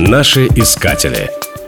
Наши искатели.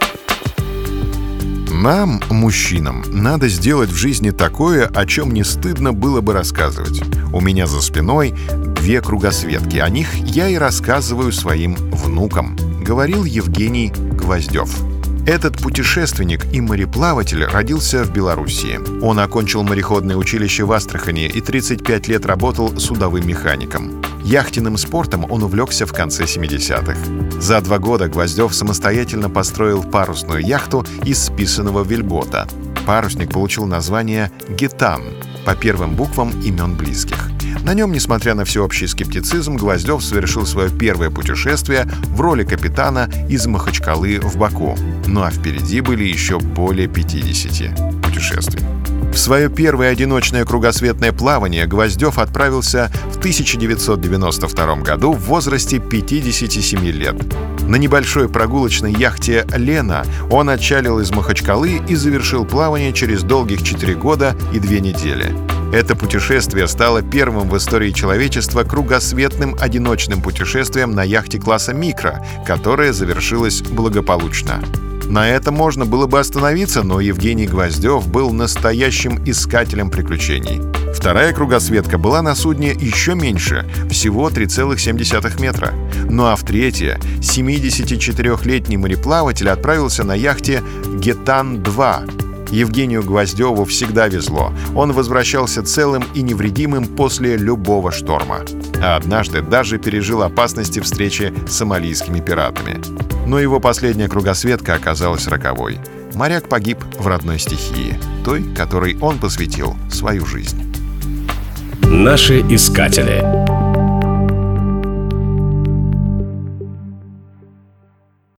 Нам, мужчинам, надо сделать в жизни такое, о чем не стыдно было бы рассказывать. У меня за спиной 2 кругосветки. О них я и рассказываю своим внукам, говорил Евгений Гвоздев. Этот путешественник и мореплаватель родился в Белоруссии. Он окончил мореходное училище в Астрахани и 35 лет работал судовым механиком. Яхтенным спортом он увлекся в конце 70-х. За 2 года Гвоздев самостоятельно построил парусную яхту из списанного вельбота. Парусник получил название «Гетан» по первым буквам имен близких. На нем, несмотря на всеобщий скептицизм, Гвоздев совершил свое первое путешествие в роли капитана из Махачкалы в Баку. Ну а впереди были еще более 50 путешествий. В свое первое одиночное кругосветное плавание Гвоздев отправился в 1992 году в возрасте 57 лет. На небольшой прогулочной яхте «Лена» он отчалил из Махачкалы и завершил плавание через долгих 4 года и 2 недели. Это путешествие стало первым в истории человечества кругосветным одиночным путешествием на яхте класса «Микро», которое завершилось благополучно. На этом можно было бы остановиться, но Евгений Гвоздев был настоящим искателем приключений. Вторая кругосветка была на судне еще меньше, всего 3,7 метра. Ну а в третье 74-летний мореплаватель отправился на яхте «Гетан-2». Евгению Гвоздеву всегда везло. Он возвращался целым и невредимым после любого шторма. А однажды даже пережил опасности встречи с сомалийскими пиратами. Но его последняя кругосветка оказалась роковой. Моряк погиб в родной стихии, той, которой он посвятил свою жизнь. Наши искатели.